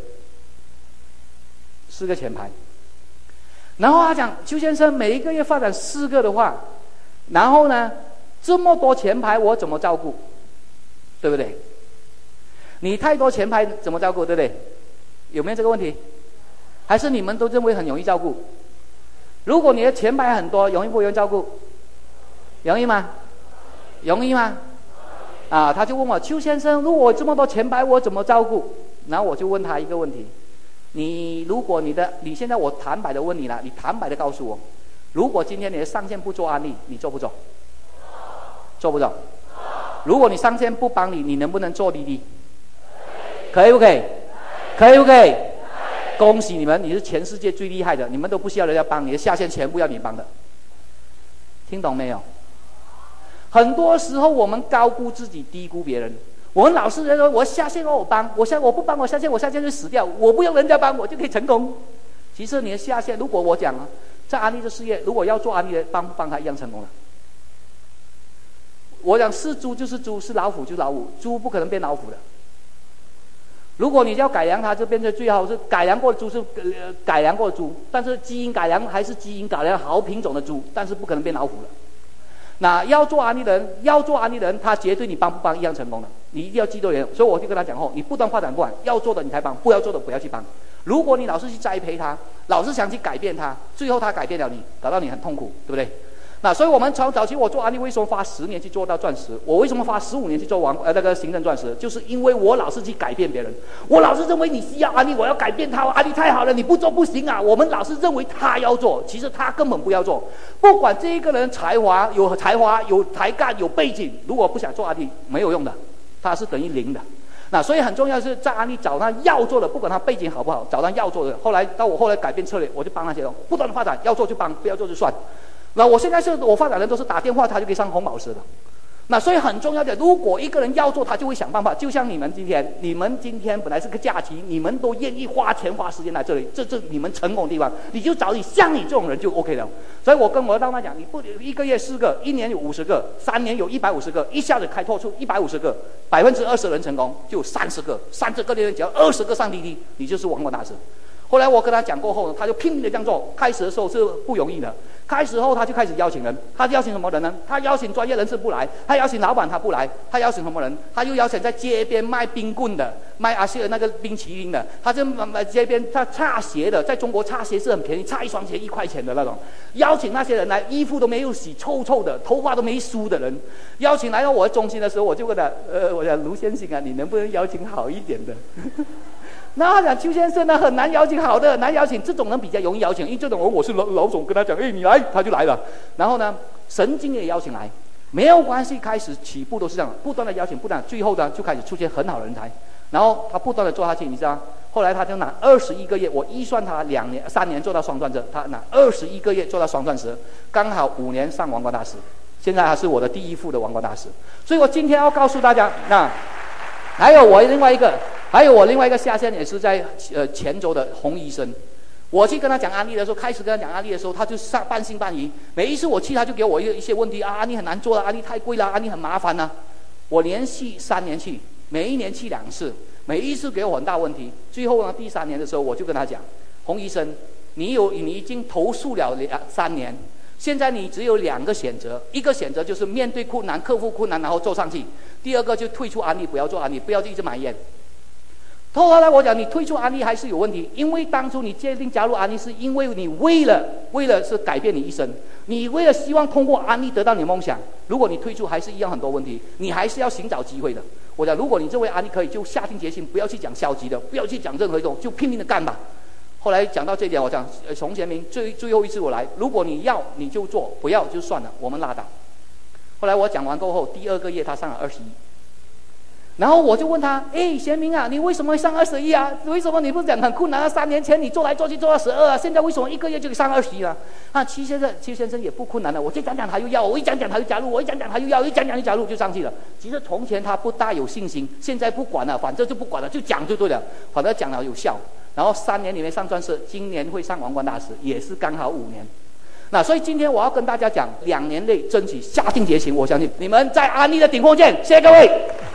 ，4个前排。然后他讲：“邱先生，每一个月发展4个的话，然后呢，这么多前排我怎么照顾？对不对？你太多前排怎么照顾？对不对？有没有这个问题？还是你们都认为很容易照顾？如果你的前排很多，容易不容易照顾？容易吗？容易吗？他就问我：邱先生，如果我这么多前排，我怎么照顾？然后我就问他一个问题：如果你现在我坦白的问你了，你坦白的告诉我，如果今天你的上线不做安利，你做不做？做不做？如果你上线不帮你，你能不能做滴滴？可以不可以？可以不可以？恭喜你们，你是全世界最厉害的，你们都不需要人家帮，你的下线全部要你帮的。听懂没有？很多时候我们高估自己，低估别人。我们老是说我下线我帮，我不帮我下线就死掉，我不用人家帮我就可以成功。其实你的下线，如果我讲在安利的事业，如果要做安利的，帮不帮他一样成功了。我讲是猪就是猪，是老虎就是老虎，猪不可能变老虎的。如果你要改良它，就变成最好是改良过的猪是改良过的猪，但是基因改良还是基因改良好品种的猪，但是不可能变老虎了。要做安利的人，他绝对你帮不帮一样成功的，你一定要记住人。所以我就跟他讲你不断发展不完，要做的你才帮，不要做的不要去帮。如果你老是去栽培他，老是想去改变他，最后他改变了你，搞到你很痛苦，对不对？所以我们从早期我做安利，为什么花10年去做到钻石？我为什么花15年去做那个行政钻石？就是因为我老是去改变别人，我老是认为你需要安利，我要改变他，安利太好了，你不做不行啊！我们老是认为他要做，其实他根本不要做。不管这一个人有才华、有才干、有背景，如果不想做安利，没有用的，他是等于0的。所以很重要的是在安利找他要做的，不管他背景好不好，找他要做的。我后来改变策略，我就帮那些人不断的发展，要做就帮，不要做就算。我现在我发展人都是打电话他就可以上红宝石的。所以很重要的，如果一个人要做，他就会想办法。就像你们今天本来是个假期，你们都愿意花钱花时间来这里，这你们成功的地方，你就找像你这种人就 OK 了。所以我跟我老板讲，你不1个月4个，1年有50个，3年有150个，一下子开拓出150个，20%人成功就30个，30个里面只要20个上滴滴，你就是王冠大师。 后来我跟他讲过后，他就拼命的这样做。开始的时候是不容易的，开始后他就开始邀请人。他邀请什么人呢？他邀请专业人士不来，他邀请老板他不来，他邀请什么人？他又邀请在街边卖冰棍的、卖阿谢那个冰淇淋的，他就街边他擦鞋的，在中国擦鞋是很便宜，擦一双鞋1块钱的那种。邀请那些人来，衣服都没有洗，臭臭的，头发都没梳的人，邀请来到我的中心的时候，我就问他，我讲卢先生啊，你能不能邀请好一点的？然后他讲邱先生呢，很难邀请好的，很难邀请，这种人比较容易邀请，因为这种人我是老总跟他讲，你来，他就来了。然后呢，神经也邀请来，没有关系，开始起步都是这样，不断的邀请，不断，最后呢就开始出现很好的人才。然后他不断的做下去，你知道，后来他就拿21个月，我预算他3年做到双钻石，他拿21个月做到双钻石，刚好5年上王冠大师。现在他是我的第1副的王冠大师。所以我今天要告诉大家，还有我另外一个下线也是在泉州的洪医生。我去跟他讲案例的时候，开始跟他讲案例的时候，他就半信半疑。每一次我去，他就给我一些问题啊，案例很难做了，案例太贵了，案例很麻烦了。我连续3年去，每一年去2次，每一次给我很大问题。最后呢，第3年的时候，我就跟他讲，洪医生，你已经投诉了3年，现在你只有2个选择，一个选择就是面对困难，克服困难，然后做上去；第二个就退出案例，不要做案例，不要一直埋怨。后来我讲，你退出安利还是有问题，因为当初你决定加入安利，是因为你为了是改变你一生，你为了希望通过安利得到你的梦想。如果你退出，还是一样很多问题，你还是要寻找机会的。我讲，如果你认为安利可以，就下定决心，不要去讲消极的，不要去讲任何一种，就拼命的干吧。后来讲到这一点，我讲从前明最后一次我来，如果你要你就做，不要就算了，我们拉倒。后来我讲完过后，第2个月他上了21。然后我就问他，贤明啊，你为什么会上21啊？为什么你不讲很困难啊？3年前你做来做去做到12啊，现在为什么1个月就上21了？邱先生也不困难的，我一讲他又要，我一讲他就加入，我一讲他又要，一讲就加入就上去了。其实从前他不大有信心，现在不管了，反正就不管了，就讲就对了，反正讲了有效。然后3年里面上钻石，今年会上王冠大师，也是刚好5年。那所以今天我要跟大家讲，2年内争取下定决心，我相信你们在安利的顶峰见，谢谢各位。